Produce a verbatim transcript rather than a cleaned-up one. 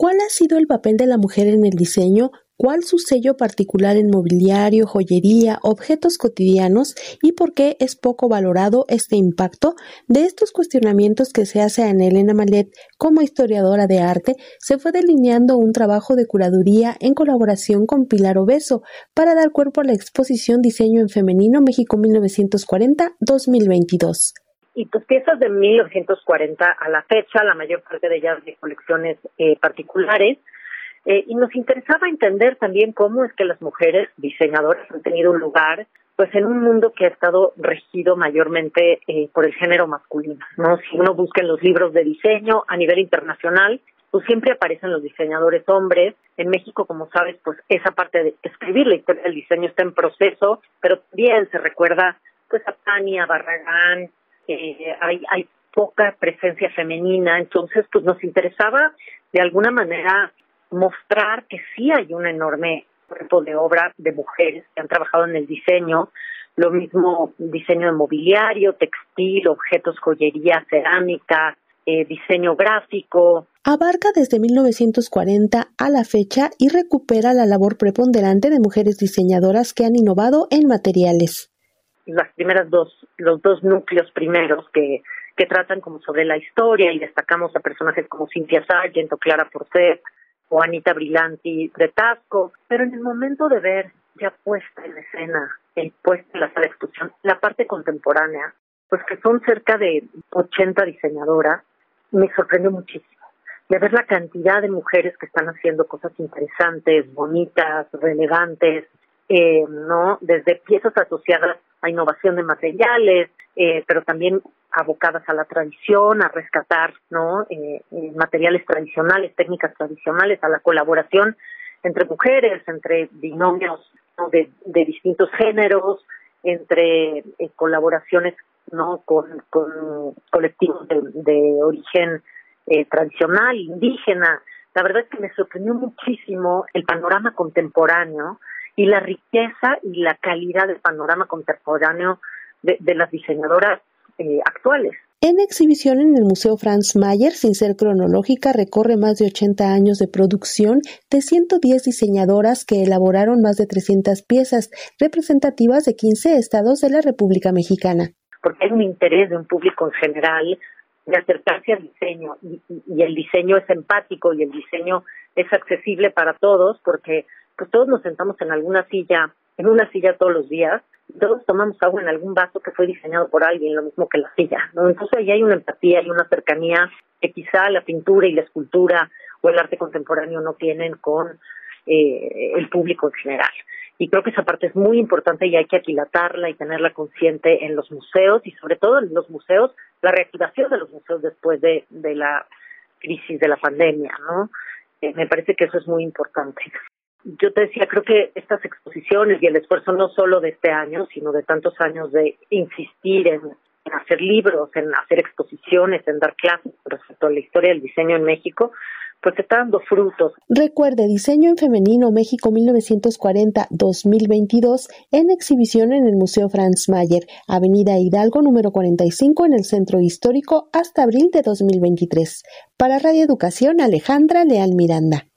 ¿Cuál ha sido el papel de la mujer en el diseño? ¿Cuál su sello particular en mobiliario, joyería, objetos cotidianos y por qué es poco valorado este impacto? De estos cuestionamientos que se hace a Ana Elena Malet como historiadora de arte, se fue delineando un trabajo de curaduría en colaboración con Pilar Obeso para dar cuerpo a la exposición Diseño en Femenino México mil novecientos cuarenta a dos mil veintidós. Y pues piezas de mil novecientos cuarenta a la fecha, la mayor parte de ellas de colecciones eh, particulares, eh, y nos interesaba entender también cómo es que las mujeres diseñadoras han tenido un lugar pues en un mundo que ha estado regido mayormente eh, por el género masculino, ¿no? Si uno busca en los libros de diseño a nivel internacional, pues siempre aparecen los diseñadores hombres. En México, como sabes, pues esa parte de escribir la historia del diseño está en proceso, pero también se recuerda pues a Tania Barragán. Eh, hay, hay poca presencia femenina, entonces pues nos interesaba de alguna manera mostrar que sí hay un enorme cuerpo de obra de mujeres que han trabajado en el diseño, lo mismo diseño de mobiliario, textil, objetos, joyería, cerámica, eh, diseño gráfico. Abarca desde mil novecientos cuarenta a la fecha y recupera la labor preponderante de mujeres diseñadoras que han innovado en materiales. Las primeras dos, los dos núcleos primeros que, que tratan como sobre la historia y destacamos a personajes como Cynthia Sargent o Clara Porcet o Anita Brillanti de Tasco, pero en el momento de ver ya puesta en escena, el puesta en la sala de exposición, la parte contemporánea, pues que son cerca de ochenta diseñadoras, me sorprendió muchísimo. De ver la cantidad de mujeres que están haciendo cosas interesantes, bonitas, relevantes, eh, ¿no? Desde piezas asociadas a innovación de materiales, eh, pero también abocadas a la tradición, a rescatar, ¿no? Eh, eh, materiales tradicionales, técnicas tradicionales, a la colaboración entre mujeres, entre binomios, ¿no? de, de distintos géneros, entre eh, colaboraciones, ¿no? con, con colectivos de, de origen eh, tradicional, indígena. La verdad es que me sorprendió muchísimo el panorama contemporáneo y la riqueza y la calidad del panorama contemporáneo de, de las diseñadoras eh, actuales. En exhibición en el Museo Franz Mayer, sin ser cronológica, recorre más de ochenta años de producción de ciento diez diseñadoras que elaboraron más de trescientas piezas representativas de quince estados de la República Mexicana. Porque hay un interés de un público en general de acercarse al diseño y, y, y el diseño es empático y el diseño es accesible para todos porque pues todos nos sentamos en alguna silla, en una silla todos los días, y todos tomamos agua en algún vaso que fue diseñado por alguien, lo mismo que la silla, ¿no? Entonces ahí hay una empatía y una cercanía que quizá la pintura y la escultura o el arte contemporáneo no tienen con eh, el público en general. Y creo que esa parte es muy importante y hay que aquilatarla y tenerla consciente en los museos y sobre todo en los museos, la reactivación de los museos después de, de la crisis de la pandemia, ¿no? Eh, me parece que eso es muy importante. Yo te decía, creo que estas exposiciones y el esfuerzo no solo de este año, sino de tantos años de insistir en, en hacer libros, en hacer exposiciones, en dar clases respecto a la historia del diseño en México, pues está dando frutos. Recuerde, Diseño en Femenino México mil novecientos cuarenta a dos mil veintidós en exhibición en el Museo Franz Mayer, Avenida Hidalgo número cuarenta y cinco en el Centro Histórico hasta abril de dos mil veintitrés. Para Radio Educación, Alejandra Leal Miranda.